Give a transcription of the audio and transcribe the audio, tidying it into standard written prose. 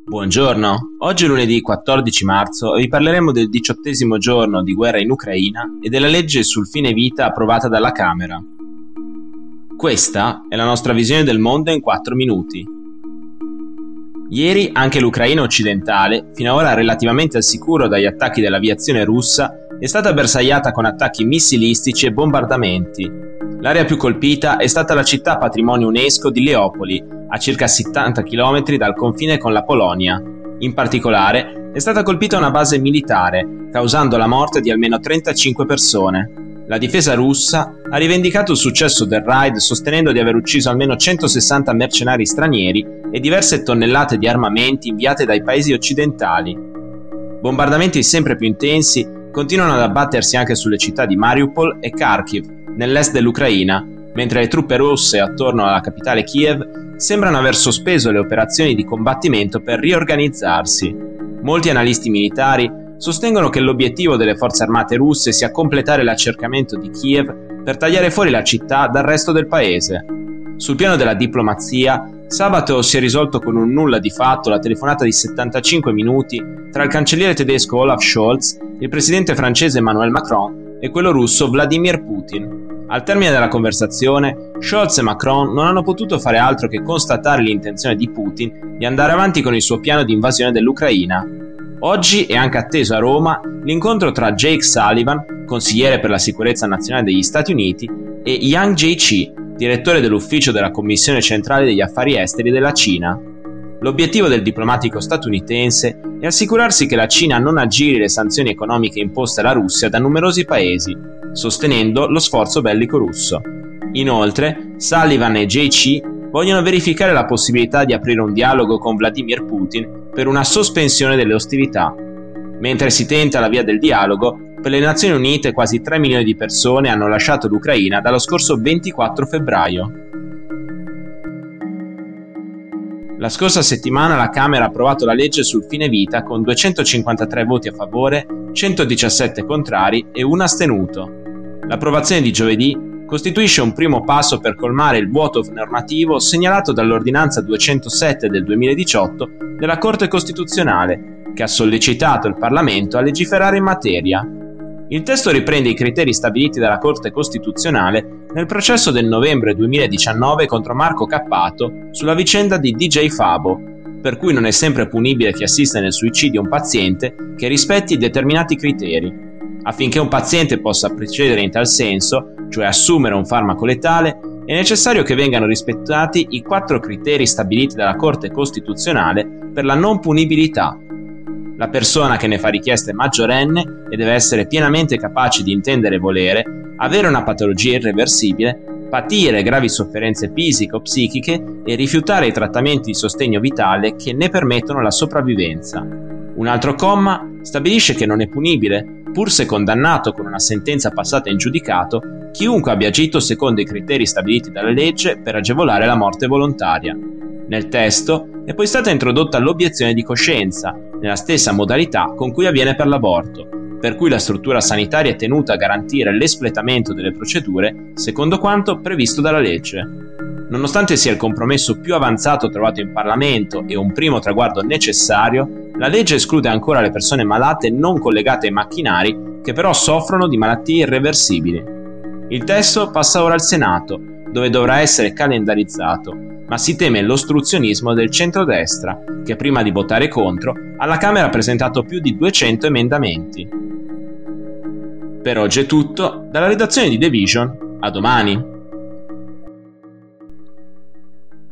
Buongiorno, oggi è lunedì 14 marzo e vi parleremo del 18° giorno di guerra in Ucraina e della legge sul fine vita approvata dalla Camera. Questa è la nostra visione del mondo in 4 minuti. Ieri anche l'Ucraina occidentale, fino ad ora relativamente al sicuro dagli attacchi dell'aviazione russa, è stata bersagliata con attacchi missilistici e bombardamenti. L'area più colpita è stata la città patrimonio UNESCO di Leopoli, a circa 70 km dal confine con la Polonia. In particolare, è stata colpita una base militare, causando la morte di almeno 35 persone. La difesa russa ha rivendicato il successo del raid sostenendo di aver ucciso almeno 160 mercenari stranieri e diverse tonnellate di armamenti inviate dai paesi occidentali. Bombardamenti sempre più intensi continuano ad abbattersi anche sulle città di Mariupol e Kharkiv, nell'est dell'Ucraina, mentre le truppe russe attorno alla capitale Kiev sembrano aver sospeso le operazioni di combattimento per riorganizzarsi. Molti analisti militari sostengono che l'obiettivo delle forze armate russe sia completare l'accerchiamento di Kiev per tagliare fuori la città dal resto del paese. Sul piano della diplomazia, sabato si è risolto con un nulla di fatto la telefonata di 75 minuti tra il cancelliere tedesco Olaf Scholz, il presidente francese Emmanuel Macron e quello russo Vladimir Putin. Al termine della conversazione, Scholz e Macron non hanno potuto fare altro che constatare l'intenzione di Putin di andare avanti con il suo piano di invasione dell'Ucraina. Oggi è anche atteso a Roma l'incontro tra Jake Sullivan, consigliere per la sicurezza nazionale degli Stati Uniti, e Yang Jiechi, direttore dell'ufficio della Commissione centrale degli affari esteri della Cina. L'obiettivo del diplomatico statunitense è assicurarsi che la Cina non aggiri le sanzioni economiche imposte alla Russia da numerosi paesi, sostenendo lo sforzo bellico russo. Inoltre, Sullivan e Jiechi vogliono verificare la possibilità di aprire un dialogo con Vladimir Putin per una sospensione delle ostilità. Mentre si tenta la via del dialogo, per le Nazioni Unite quasi 3 milioni di persone hanno lasciato l'Ucraina dallo scorso 24 febbraio. La scorsa settimana la Camera ha approvato la legge sul fine vita con 253 voti a favore, 117 contrari e 1 astenuto. L'approvazione di giovedì costituisce un primo passo per colmare il vuoto normativo segnalato dall'ordinanza 207 del 2018 della Corte Costituzionale, che ha sollecitato il Parlamento a legiferare in materia. Il testo riprende i criteri stabiliti dalla Corte Costituzionale nel processo del novembre 2019 contro Marco Cappato sulla vicenda di DJ Fabo, per cui non è sempre punibile chi assiste nel suicidio un paziente che rispetti determinati criteri. Affinché un paziente possa procedere in tal senso, cioè assumere un farmaco letale, è necessario che vengano rispettati i 4 criteri stabiliti dalla Corte Costituzionale per la non punibilità. La persona che ne fa richiesta è maggiorenne e deve essere pienamente capace di intendere e volere, avere una patologia irreversibile, patire gravi sofferenze fisiche o psichiche e rifiutare i trattamenti di sostegno vitale che ne permettono la sopravvivenza. Un altro comma stabilisce che non è punibile, pur se condannato con una sentenza passata in giudicato, chiunque abbia agito secondo i criteri stabiliti dalla legge per agevolare la morte volontaria. Nel testo è poi stata introdotta l'obiezione di coscienza, nella stessa modalità con cui avviene per l'aborto, per cui la struttura sanitaria è tenuta a garantire l'espletamento delle procedure secondo quanto previsto dalla legge. Nonostante sia il compromesso più avanzato trovato in Parlamento e un primo traguardo necessario, la legge esclude ancora le persone malate non collegate ai macchinari che però soffrono di malattie irreversibili. Il testo passa ora al Senato, dove dovrà essere calendarizzato, ma si teme l'ostruzionismo del centrodestra, che prima di votare contro, alla Camera ha presentato più di 200 emendamenti. Per oggi è tutto, dalla redazione di The Vision, a domani!